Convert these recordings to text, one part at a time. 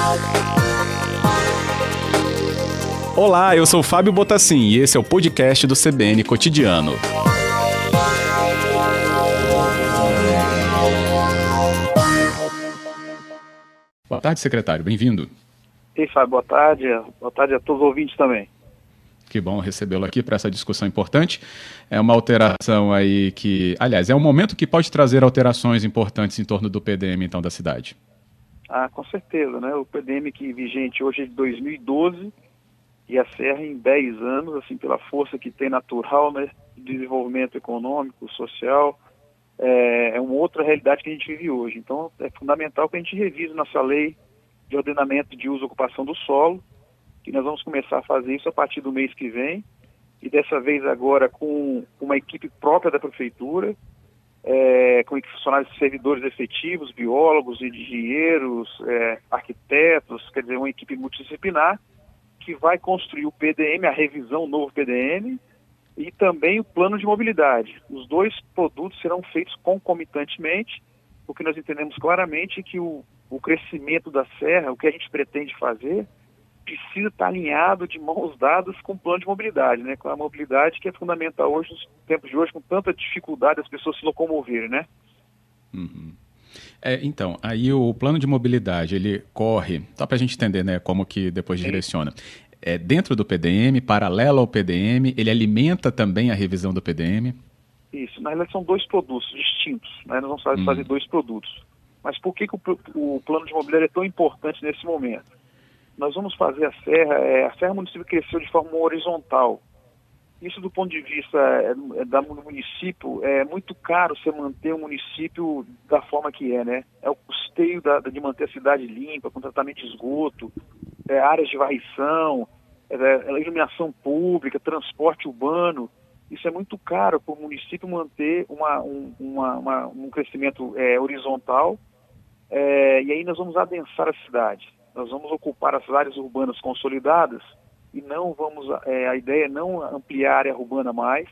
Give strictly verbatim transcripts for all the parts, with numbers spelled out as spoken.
Olá, eu sou Fábio Botassin e esse é o podcast do C B N Cotidiano. Boa tarde, secretário. Bem-vindo. Ei, Fábio, boa tarde. Boa tarde a todos os ouvintes também. Que bom recebê-lo aqui para essa discussão importante. É uma alteração aí que, aliás, é um momento que pode trazer alterações importantes em torno do P D M, então, da cidade. Ah, com certeza, né? O P D M que vigente hoje é de dois mil e doze e a Serra em dez anos, assim, pela força que tem natural, né? Desenvolvimento econômico, social, é, é uma outra realidade que a gente vive hoje. Então, é fundamental que a gente revise nossa lei de ordenamento de uso e ocupação do solo, que nós vamos começar a fazer isso a partir do mês que vem, e dessa vez agora com uma equipe própria da prefeitura, é, com funcionários servidores efetivos, biólogos, engenheiros, é, arquitetos, quer dizer, uma equipe multidisciplinar, que vai construir o P D M, a revisão, o novo P D M, e também o plano de mobilidade. Os dois produtos serão feitos concomitantemente, porque nós entendemos claramente que o, o crescimento da Serra, o que a gente pretende fazer, precisa estar alinhado de mãos dadas com o plano de mobilidade, né? Com a mobilidade que é fundamental hoje, nos tempos de hoje, com tanta dificuldade das pessoas se locomoverem, né? Uhum. É, então, aí o plano de mobilidade, ele corre, só para a gente entender, né, como que depois Sim. direciona. É, dentro do P D M, paralelo ao P D M, ele alimenta também a revisão do P D M? Isso, na realidade são dois produtos distintos, né? Nós vamos fazer, Hum. fazer dois produtos. Mas por que, que o, o plano de mobilidade é tão importante nesse momento? Nós vamos fazer a Serra, é, a Serra Município cresceu de forma horizontal. Isso do ponto de vista é, é, da, do município, é muito caro você manter o município da forma que é, né? É o custeio da, de manter a cidade limpa, com tratamento de esgoto, é, áreas de varrição, é, é, iluminação pública, transporte urbano. Isso é muito caro para o município manter uma, um, uma, uma, um crescimento é, horizontal, é, e aí nós vamos adensar a cidade. Nós vamos ocupar as áreas urbanas consolidadas e não vamos, é, a ideia é não ampliar a área urbana mais,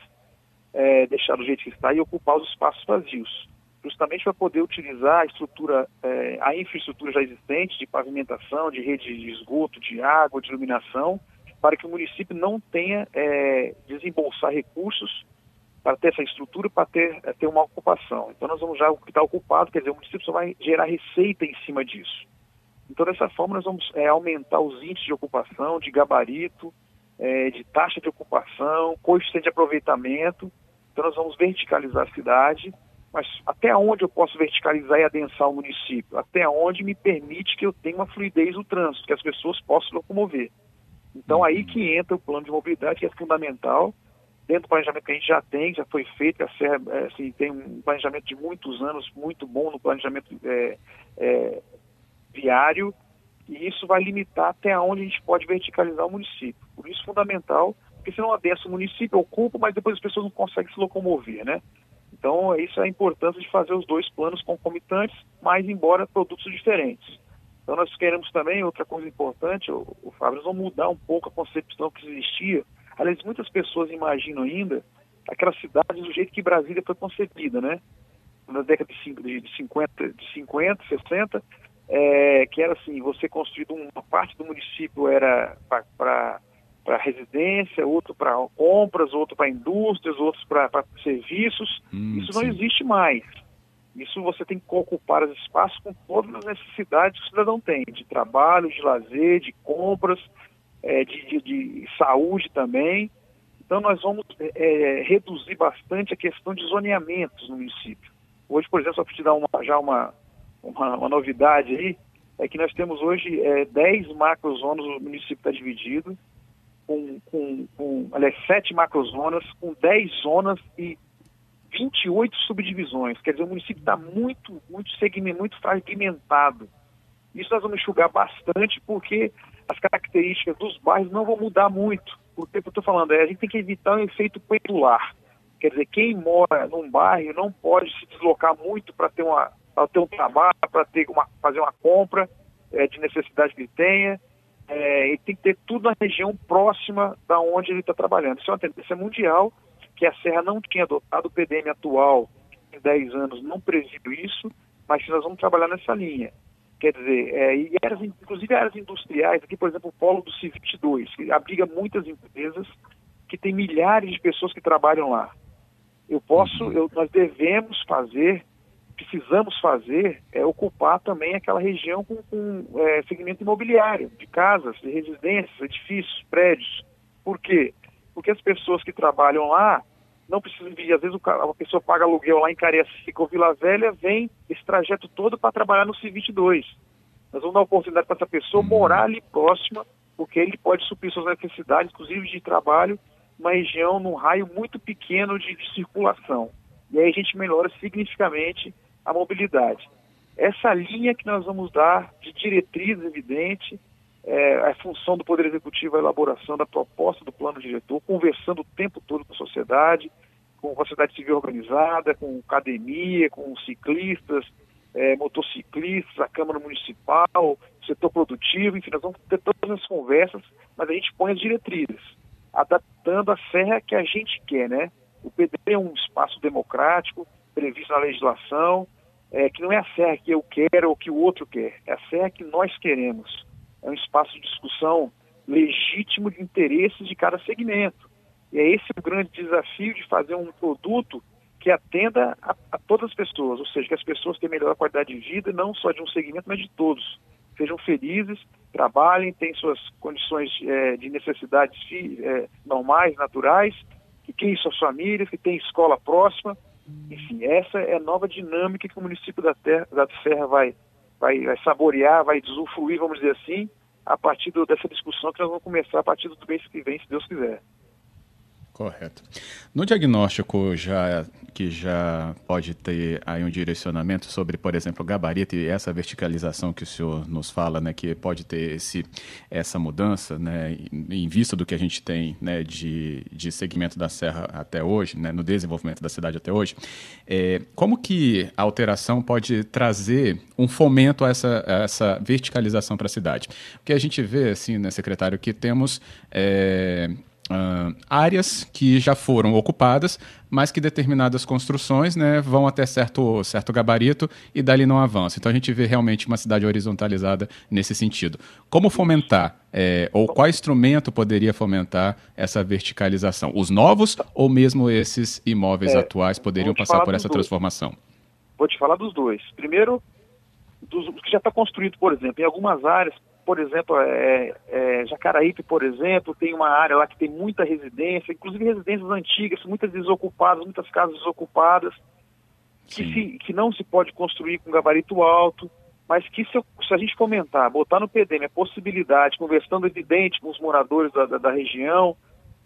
é, deixar do jeito que está e ocupar os espaços vazios, justamente para poder utilizar a estrutura, é, a infraestrutura já existente de pavimentação, de rede de esgoto, de água, de iluminação, para que o município não tenha, é, desembolsar recursos para ter essa estrutura, para ter, é, ter uma ocupação. Então nós vamos já estar ocupado, quer dizer, o município só vai gerar receita em cima disso. Então, dessa forma, nós vamos é, aumentar os índices de ocupação, de gabarito, é, de taxa de ocupação, coeficiente de aproveitamento. Então, nós vamos verticalizar a cidade, mas até onde eu posso verticalizar e adensar o município? Até onde me permite que eu tenha uma fluidez no trânsito, que as pessoas possam locomover. Então, aí que entra o plano de mobilidade, que é fundamental, dentro do planejamento que a gente já tem, já foi feito, a Serra é, assim, tem um planejamento de muitos anos, muito bom no planejamento é, é, viário, e isso vai limitar até onde a gente pode verticalizar o município. Por isso é fundamental, porque senão adensa o município, ocupa, mas depois as pessoas não conseguem se locomover, né? Então, isso é a importância de fazer os dois planos concomitantes, mas embora produtos diferentes. Então, nós queremos também, outra coisa importante, o, o Fábio, nós vamos mudar um pouco a concepção que existia. Aliás, muitas pessoas imaginam ainda aquela cidade do jeito que Brasília foi concebida, né? Na década de cinquenta, de cinquenta, sessenta, É, que era assim, você construído uma parte do município era para residência, outro para compras, outro para indústrias, outros para serviços. Hum, Isso não sim. existe mais. Isso você tem que ocupar os espaços com todas as necessidades que o cidadão tem, de trabalho, de lazer, de compras, é, de, de, de saúde também. Então nós vamos é, reduzir bastante a questão de zoneamentos no município. Hoje, por exemplo, só para te dar uma, já uma Uma, uma novidade aí, é que nós temos hoje é, dez macrozonas, o município está dividido, com, com, com aliás, sete macrozonas, com dez zonas e vinte e oito subdivisões. Quer dizer, o município está muito, muito segmento, muito fragmentado. Isso nós vamos enxugar bastante, porque as características dos bairros não vão mudar muito. Porque eu estou falando, é, a gente tem que evitar um efeito pendular. Quer dizer, quem mora num bairro não pode se deslocar muito para ter uma para ter um trabalho, para ter uma, fazer uma compra é, de necessidade que ele tenha, é, e tem que ter tudo na região próxima da onde ele está trabalhando. Isso é uma tendência mundial, que a Serra não tinha adotado. O P D M atual, em dez anos, não previu isso, mas nós vamos trabalhar nessa linha. Quer dizer, é, e áreas, inclusive áreas industriais, aqui, por exemplo, o polo do C vinte e dois, que abriga muitas empresas, que tem milhares de pessoas que trabalham lá. Eu posso, eu, nós devemos fazer, precisamos fazer, é ocupar também aquela região com, com é, segmento imobiliário, de casas, de residências, edifícios, prédios. Por quê? Porque as pessoas que trabalham lá não precisam vir, às vezes a pessoa paga aluguel lá em Cariacica ou Vila Velha, vem esse trajeto todo para trabalhar no C vinte e dois. Nós vamos dar oportunidade para essa pessoa morar ali próxima, porque ele pode suprir suas necessidades, inclusive de trabalho, numa região, num raio muito pequeno de, de circulação. E aí a gente melhora significativamente a mobilidade. Essa linha que nós vamos dar de diretriz evidente, é, a função do Poder Executivo, a elaboração da proposta do plano diretor, conversando o tempo todo com a sociedade, com a sociedade civil organizada, com academia, com ciclistas, é, motociclistas, a Câmara Municipal, o setor produtivo, enfim, nós vamos ter todas as conversas, mas a gente põe as diretrizes, adaptando a serra que a gente quer, né? O P D é um espaço democrático, previsto na legislação, é, que não é a serra que eu quero ou que o outro quer, é a serra que nós queremos. É um espaço de discussão legítimo de interesses de cada segmento. E é esse o grande desafio de fazer um produto que atenda a, a todas as pessoas, ou seja, que as pessoas tenham melhor qualidade de vida, não só de um segmento, mas de todos. Sejam felizes, trabalhem, tenham suas condições é, de necessidades é, normais, naturais, que criem suas famílias, que tenham escola próxima. Enfim, essa é a nova dinâmica que o município da, terra, da Serra vai, vai, vai saborear, vai usufruir, vamos dizer assim, a partir do, dessa discussão que nós vamos começar a partir do mês que vem, se Deus quiser. Correto. No diagnóstico já, que já pode ter aí um direcionamento sobre, por exemplo, o gabarito e essa verticalização que o senhor nos fala, né, que pode ter esse, essa mudança, né, em vista do que a gente tem, né, de, de segmento da Serra até hoje, né, no desenvolvimento da cidade até hoje, é, como que a alteração pode trazer um fomento a essa, a essa verticalização para a cidade? Porque a gente vê, assim, né, secretário, que temos... É, Uh, áreas que já foram ocupadas, mas que determinadas construções, né, vão até certo, certo gabarito e dali não avança. Então a gente vê realmente uma cidade horizontalizada nesse sentido. Como fomentar, é, ou qual instrumento poderia fomentar essa verticalização? Os novos ou mesmo esses imóveis é, atuais poderiam passar por essa dois. transformação? Vou te falar dos dois. Primeiro, dos que já está construído, por exemplo, em algumas áreas. Por exemplo, é, é, Jacaraípe, por exemplo, tem uma área lá que tem muita residência, inclusive residências antigas, muitas desocupadas, muitas casas desocupadas, que, se, que não se pode construir com gabarito alto, mas que se, eu, se a gente fomentar, botar no P D M a possibilidade, conversando evidente com os moradores da, da, da região,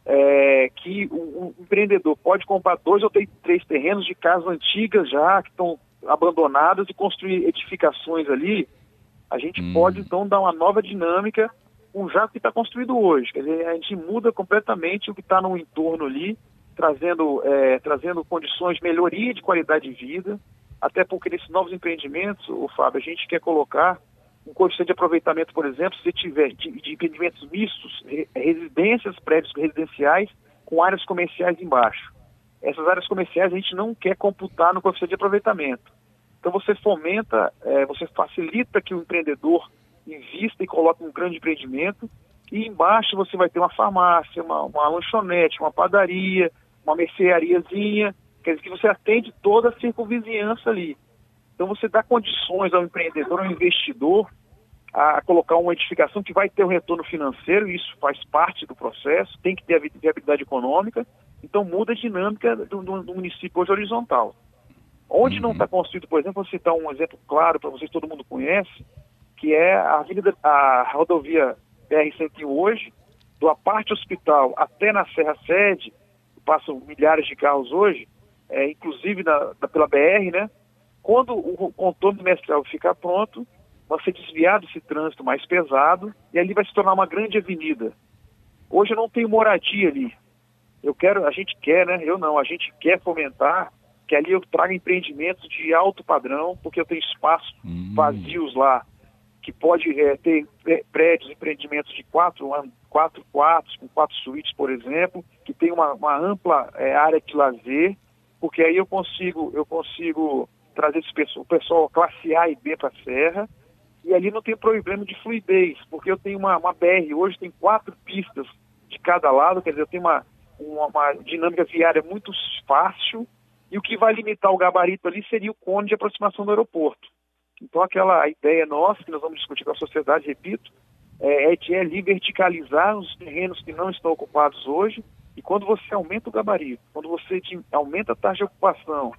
é, que o, o empreendedor pode comprar dois ou três terrenos de casas antigas já, que estão abandonadas, e construir edificações ali, a gente hum. pode, então, dar uma nova dinâmica com já o que está construído hoje. Quer dizer, a gente muda completamente o que está no entorno ali, trazendo, é, trazendo condições de melhoria de qualidade de vida, até porque nesses novos empreendimentos, o Fábio, a gente quer colocar um coeficiente de aproveitamento, por exemplo, se tiver de, de empreendimentos mistos, residências, prédios residenciais, com áreas comerciais embaixo. Essas áreas comerciais a gente não quer computar no coeficiente de aproveitamento. Então você fomenta, é, você facilita que o empreendedor invista e coloque um grande empreendimento, e embaixo você vai ter uma farmácia, uma, uma lanchonete, uma padaria, uma merceariazinha, quer dizer que você atende toda a circunvizinhança ali. Então você dá condições ao empreendedor, ao investidor, a colocar uma edificação que vai ter um retorno financeiro, e isso faz parte do processo, tem que ter a viabilidade econômica, então muda a dinâmica do, do, do município hoje horizontal. Onde uhum. não está construído, por exemplo, vou citar um exemplo claro para vocês, todo mundo conhece, que é a, avenida, a rodovia B R cento e um hoje, do Aparte Hospital até na Serra Sede, passam milhares de carros hoje, é, inclusive na, na, pela B R, né? Quando o contorno mestral ficar pronto, vai ser desviado esse trânsito mais pesado e ali vai se tornar uma grande avenida. Hoje eu não tenho moradia ali. Eu quero, a gente quer, né? Eu não, a gente quer fomentar que ali eu traga empreendimentos de alto padrão, porque eu tenho espaços hum. vazios lá, que pode é, ter prédios, empreendimentos de quatro, quatro quartos, com quatro suítes, por exemplo, que tem uma, uma ampla é, área de lazer, porque aí eu consigo, eu consigo trazer esse pessoal, o pessoal classe A e B para a Serra, e ali não tem problema de fluidez, porque eu tenho uma, uma B R, hoje tem quatro pistas de cada lado, quer dizer, eu tenho uma, uma, uma dinâmica viária muito fácil, e o que vai limitar o gabarito ali seria o cone de aproximação do aeroporto. Então aquela a ideia nossa, que nós vamos discutir com a sociedade, repito, é, é de ali verticalizar os terrenos que não estão ocupados hoje, e quando você aumenta o gabarito, quando você de, aumenta a taxa de ocupação,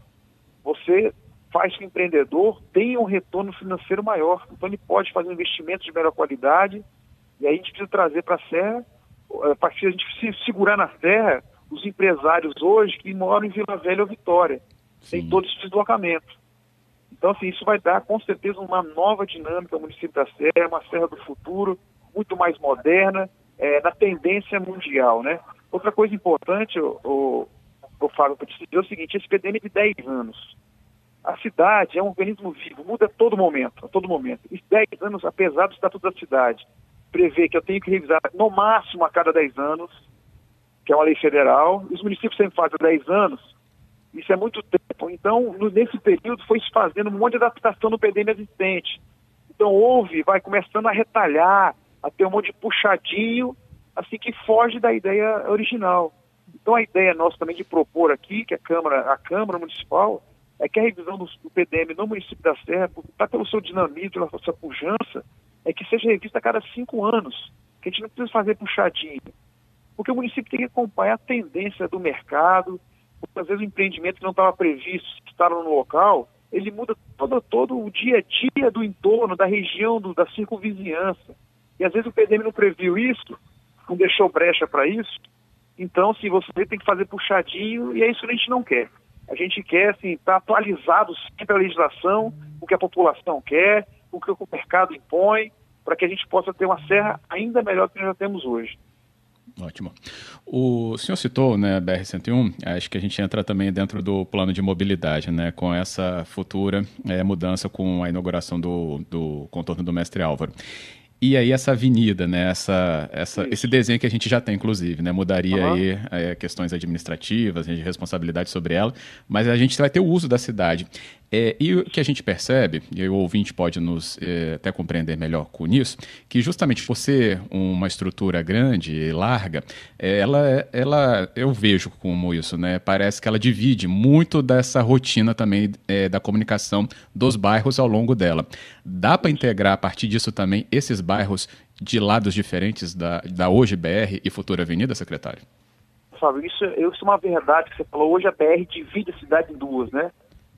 você faz que o empreendedor tenha um retorno financeiro maior. Então ele pode fazer um investimento de melhor qualidade, e aí a gente precisa trazer para a Serra, para a gente precisa segurar na Serra os empresários hoje que moram em Vila Velha ou Vitória. Sim. Tem todo esse deslocamento. Então, assim, isso vai dar, com certeza, uma nova dinâmica ao município da Serra, uma Serra do futuro, muito mais moderna, é, na tendência mundial, né? Outra coisa importante, o, o, o Fábio, para dizer é o seguinte, esse P D M é de dez anos. A cidade é um organismo vivo, muda a todo momento, a todo momento. E dez anos, apesar do Estatuto da Cidade prevê que eu tenho que revisar no máximo a cada dez anos, que é uma lei federal, os municípios sempre fazem dez anos, isso é muito tempo. Então, no, nesse período, foi se fazendo um monte de adaptação no P D M existente. Então, houve, vai começando a retalhar, a ter um monte de puxadinho, assim, que foge da ideia original. Então, a ideia nossa também de propor aqui, que a Câmara, a Câmara Municipal, é que a revisão do, do P D M no município da Serra, tá pelo seu dinamismo, pela sua pujança, é que seja revista a cada cinco anos, que a gente não precisa fazer puxadinho. Porque o município tem que acompanhar a tendência do mercado, porque às vezes o empreendimento que não estava previsto, que estava no local, ele muda todo, todo o dia a dia do entorno, da região, do, da circunvizinhança. E às vezes o P D M não previu isso, não deixou brecha para isso. Então, se você tem que fazer puxadinho, e é isso que a gente não quer. A gente quer, assim, estar atualizado sempre a legislação, o que a população quer, o que o mercado impõe, para que a gente possa ter uma serra ainda melhor do que nós já temos hoje. Ótimo. O senhor citou, né, a B R cento e um, acho que a gente entra também dentro do plano de mobilidade, né, com essa futura é, mudança com a inauguração do, do contorno do Mestre Álvaro. E aí essa avenida, né, essa, essa, esse desenho que a gente já tem, inclusive, né, mudaria uhum. aí é, questões administrativas, de responsabilidade sobre ela, mas a gente vai ter o uso da cidade. É, e o que a gente percebe, e o ouvinte pode nos é, até compreender melhor com isso, que justamente por ser uma estrutura grande e larga, é, ela, ela, eu vejo como isso, né? Parece que ela divide muito dessa rotina também é, da comunicação dos bairros ao longo dela. Dá para integrar a partir disso também esses bairros de lados diferentes da, da hoje B R e futura avenida, secretário? Fábio, isso, isso é uma verdade que você falou. Hoje a B R divide a cidade em duas, né?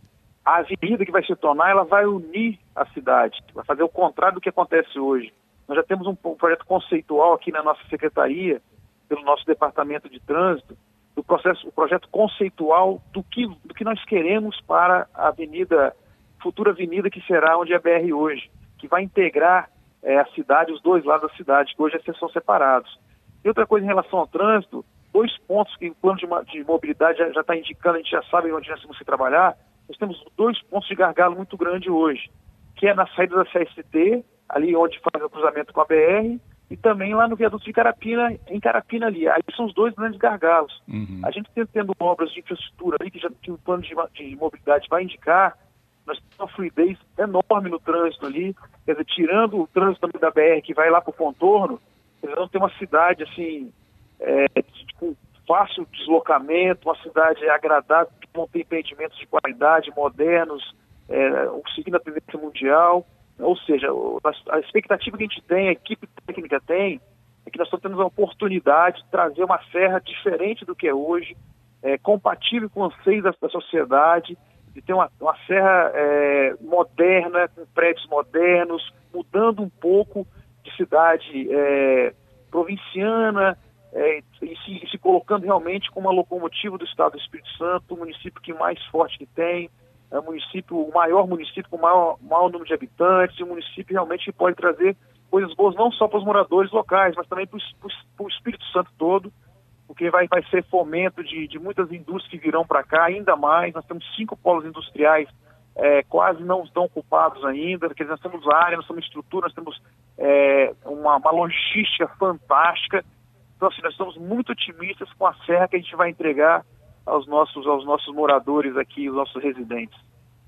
A avenida que vai se tornar, ela vai unir a cidade, vai fazer o contrário do que acontece hoje. Nós já temos um, um projeto conceitual aqui na nossa secretaria, pelo nosso departamento de trânsito, do processo, o projeto conceitual do que, do que nós queremos para a avenida, futura avenida que será onde é a B R hoje, que vai integrar é, a cidade, os dois lados da cidade, que hoje são separados. E outra coisa em relação ao trânsito, dois pontos que o plano de, de mobilidade já está indicando, a gente já sabe onde nós temos que trabalhar. Nós temos dois pontos de gargalo muito grande hoje, que é na saída da C S T, ali onde faz o cruzamento com a B R, e também lá no viaduto de Carapina, em Carapina ali. Aí são os dois grandes gargalos. Uhum. A gente tem tendo obras de infraestrutura ali, que, já, que o plano de, de mobilidade vai indicar, nós temos uma fluidez enorme no trânsito ali, quer dizer, tirando o trânsito da B R que vai lá para o contorno, nós vamos ter uma cidade, assim, é, com fácil deslocamento, uma cidade agradável, que vão ter empreendimentos de qualidade, modernos, é, seguindo a tendência mundial. Ou seja, a expectativa que a gente tem, a equipe técnica tem, é que nós estamos tendo a oportunidade de trazer uma serra diferente do que é hoje, é, compatível com os anseios da, da sociedade, de ter uma, uma serra é, moderna, com prédios modernos, mudando um pouco de cidade é, provinciana, é, e, se, e se colocando realmente como uma locomotiva do estado do Espírito Santo, o município que mais forte que tem, é o município, o maior município com o maior, maior número de habitantes, e um município realmente que pode trazer coisas boas não só para os moradores locais, mas também para o Espírito Santo todo, porque vai, vai ser fomento de, de muitas indústrias que virão para cá, ainda mais. Nós temos cinco polos industriais é, quase não estão ocupados ainda, quer dizer, nós temos área, nós temos estrutura, nós temos é, uma, uma logística fantástica. Então, assim, nós estamos muito otimistas com a serra que a gente vai entregar aos nossos, aos nossos moradores aqui, os nossos residentes.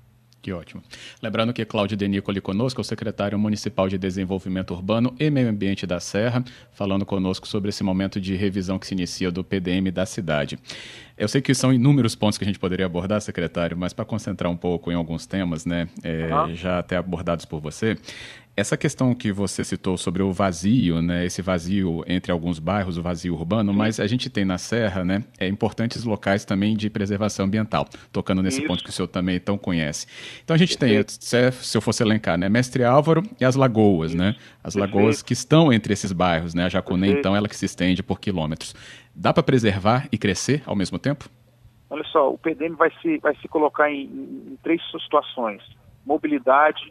Que ótimo. Lembrando que Cláudio De Nicoli conosco, é o secretário municipal de Desenvolvimento Urbano e Meio Ambiente da Serra, falando conosco sobre esse momento de revisão que se inicia do P D M da cidade. Eu sei que são inúmeros pontos que a gente poderia abordar, secretário, mas para concentrar um pouco em alguns temas, né, é, uhum. já até abordados por você, essa questão que você citou sobre o vazio, né, esse vazio entre alguns bairros, o vazio urbano, Sim. mas a gente tem na Serra, né, é, importantes locais também de preservação ambiental, tocando nesse Isso. ponto que o senhor também tão conhece. Então a gente Perfeito. tem, se eu fosse elencar, né, Mestre Álvaro e as Lagoas, Isso. né, as Perfeito. lagoas que estão entre esses bairros, né, a Jacuné, Perfeito. então, ela que se estende por quilômetros. Dá para preservar e crescer ao mesmo tempo? Olha só, o P D M vai se, vai se colocar em, em, em três situações: mobilidade,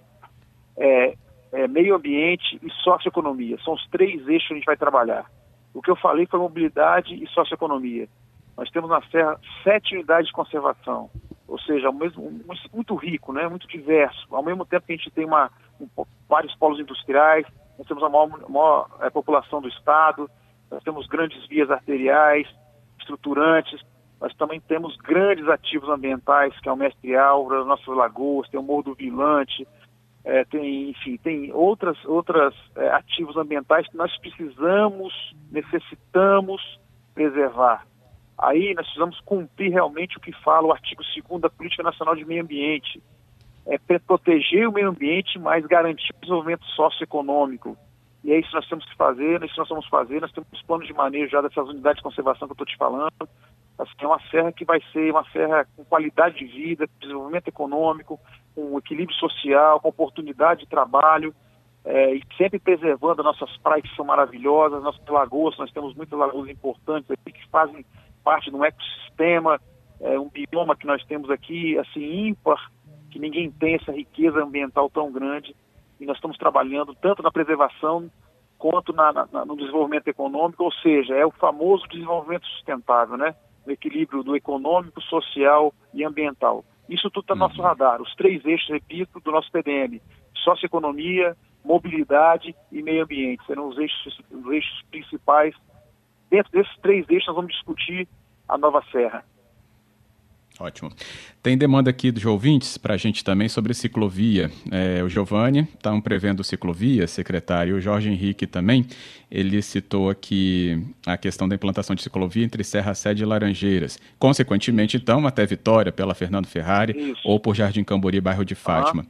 é, é, meio ambiente e socioeconomia. São os três eixos que a gente vai trabalhar. O que eu falei foi mobilidade e socioeconomia. Nós temos na Serra sete unidades de conservação, ou seja, um mesmo, um, muito rico, né, muito diverso. Ao mesmo tempo que a gente tem uma, um, vários polos industriais, nós temos a maior, maior é, população do estado, nós temos grandes vias arteriais, estruturantes, nós também temos grandes ativos ambientais, que é o Mestre Álvaro, as nossas lagoas, tem o Morro do Vilante, é, tem, enfim, tem outras, outras é, ativos ambientais que nós precisamos, necessitamos preservar. Aí nós precisamos cumprir realmente o que fala o artigo segundo da Política Nacional de Meio Ambiente. É proteger o meio ambiente, mas garantir o desenvolvimento socioeconômico. E é isso que nós temos que fazer, é isso que nós vamos fazer, nós temos planos de manejo já dessas unidades de conservação que eu estou te falando. Assim, é uma serra que vai ser uma serra com qualidade de vida, com desenvolvimento econômico, com equilíbrio social, com oportunidade de trabalho, é, e sempre preservando as nossas praias que são maravilhosas, nossas lagoas, nós temos muitas lagoas importantes aqui que fazem parte de um ecossistema, é, um bioma que nós temos aqui, assim, ímpar, que ninguém tem essa riqueza ambiental tão grande. E nós estamos trabalhando tanto na preservação quanto na, na, no desenvolvimento econômico, ou seja, é o famoso desenvolvimento sustentável, né? O equilíbrio do econômico, social e ambiental. Isso tudo está no nosso radar, os três eixos, repito, do nosso P D M: socioeconomia, mobilidade e meio ambiente. Serão os eixos, os eixos principais. Dentro desses três eixos nós vamos discutir a nova serra. Ótimo. Tem demanda aqui dos ouvintes para a gente também sobre ciclovia. É, o Giovanni está prevendo ciclovia, secretário, o Jorge Henrique também. Ele citou aqui a questão da implantação de ciclovia entre Serra Sede e Laranjeiras. Consequentemente, então, até Vitória, pela Fernando Ferrari, Isso. ou por Jardim Cambori, bairro de Fátima.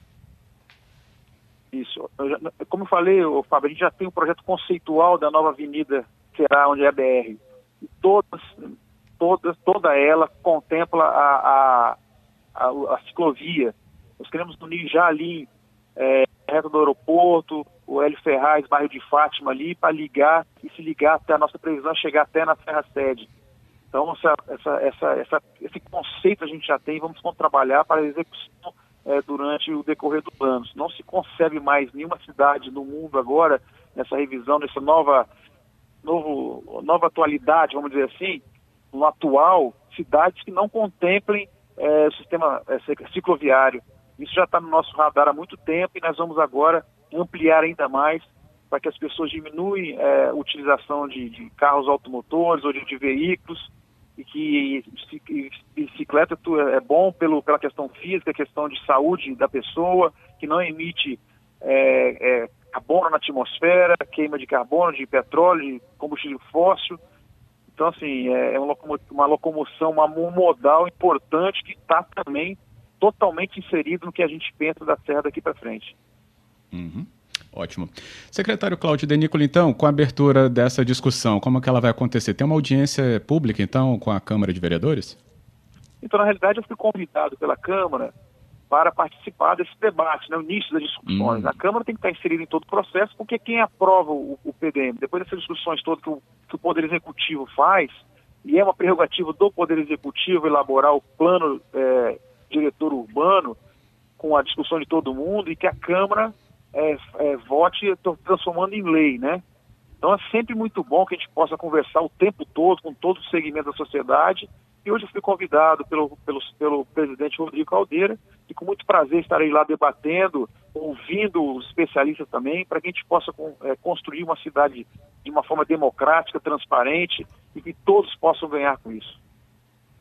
Ah. Isso. Eu já, como eu falei, Fábio, a gente já tem um projeto conceitual da nova avenida, que será onde é a B R. E todas... Toda, toda ela contempla a, a, a, a ciclovia. Nós queremos unir já ali, é, reto do aeroporto, o Hélio Ferraz, bairro de Fátima ali, para ligar e se ligar até a nossa previsão chegar até na Serra Sede. Então, essa, essa, essa, essa, esse conceito a gente já tem, vamos trabalhar para a execução é, durante o decorrer dos anos. Não se concebe mais nenhuma cidade no mundo agora, nessa revisão, nessa nova, novo, nova atualidade, vamos dizer assim, no atual, cidades que não contemplem é, o sistema é, cicloviário. Isso já está no nosso radar há muito tempo e nós vamos agora ampliar ainda mais para que as pessoas diminuem é, a utilização de, de carros automotores ou de, de veículos, e que e, bicicleta é bom pelo, pela questão física, questão de saúde da pessoa, que não emite é, é, carbono na atmosfera, queima de carbono, de petróleo, de combustível fóssil. Então, assim, é uma, locomo uma locomoção, uma, um modal importante que está também totalmente inserido no que a gente pensa da Serra daqui para frente. Uhum. Ótimo. Secretário Cláudio De Nicoli, então, com a abertura dessa discussão, como que ela vai acontecer? Tem uma audiência pública, então, com a Câmara de Vereadores? Então, na realidade, eu fui convidado pela Câmara para participar desse debate, né, no início das discussões. Hum. A Câmara tem que estar inserida em todo o processo, porque quem aprova o, o P D M, depois dessas discussões todas que o, que o Poder Executivo faz, e é uma prerrogativa do Poder Executivo elaborar o plano é, diretor urbano, com a discussão de todo mundo, e que a Câmara é, é, vote transformando em lei, né? Então é sempre muito bom que a gente possa conversar o tempo todo com todo o segmento da sociedade. E hoje eu fui convidado pelo, pelo, pelo presidente Rodrigo Caldeira, e com muito prazer estarei lá debatendo, ouvindo os especialistas também, para que a gente possa é, construir uma cidade de uma forma democrática, transparente, e que todos possam ganhar com isso.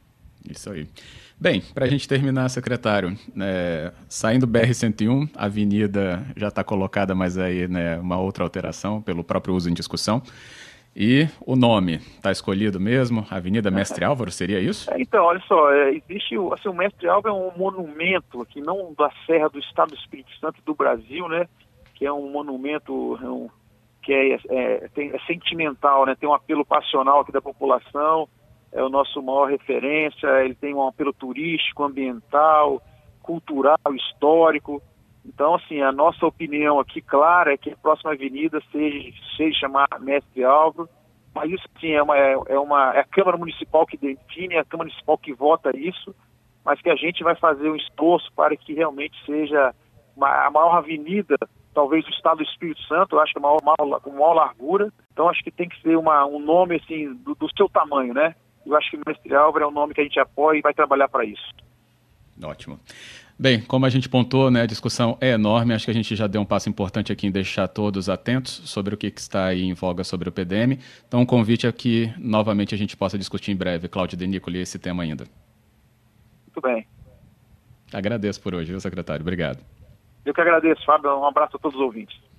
Isso aí. Bem, para a gente terminar, secretário, é, saindo B R cento e um, a avenida já está colocada, mas aí né, uma outra alteração pelo próprio uso em discussão. E o nome está escolhido mesmo? Avenida Mestre Álvaro, seria isso? É, então, olha só, é, existe o, assim, o Mestre Álvaro é um monumento aqui, não da Serra do Estado do Espírito Santo do Brasil, né? Que é um monumento é um, que é, é, tem, é sentimental, né? Tem um apelo passional aqui da população, é o nosso maior referência, ele tem um apelo turístico, ambiental, cultural, histórico. Então, assim, a nossa opinião aqui, clara, é que a próxima avenida seja, seja chamada Mestre Álvaro, mas isso, sim, é, uma, é, uma, é a Câmara Municipal que define, é a Câmara Municipal que vota isso, mas que a gente vai fazer um esforço para que realmente seja uma, a maior avenida, talvez, do Estado do Espírito Santo, eu acho que é a maior, maior, com maior largura, então acho que tem que ser uma, um nome, assim, do, do seu tamanho, né? Eu acho que Mestre Álvaro é um nome que a gente apoia e vai trabalhar para isso. Ótimo. Bem, como a gente pontuou, né, a discussão é enorme, acho que a gente já deu um passo importante aqui em deixar todos atentos sobre o que está aí em voga sobre o P D M. Então, o convite é que, novamente, a gente possa discutir em breve, Cláudio De Nicoli, esse tema ainda. Muito bem. Agradeço por hoje, viu, secretário? Obrigado. Eu que agradeço, Fábio. Um abraço a todos os ouvintes.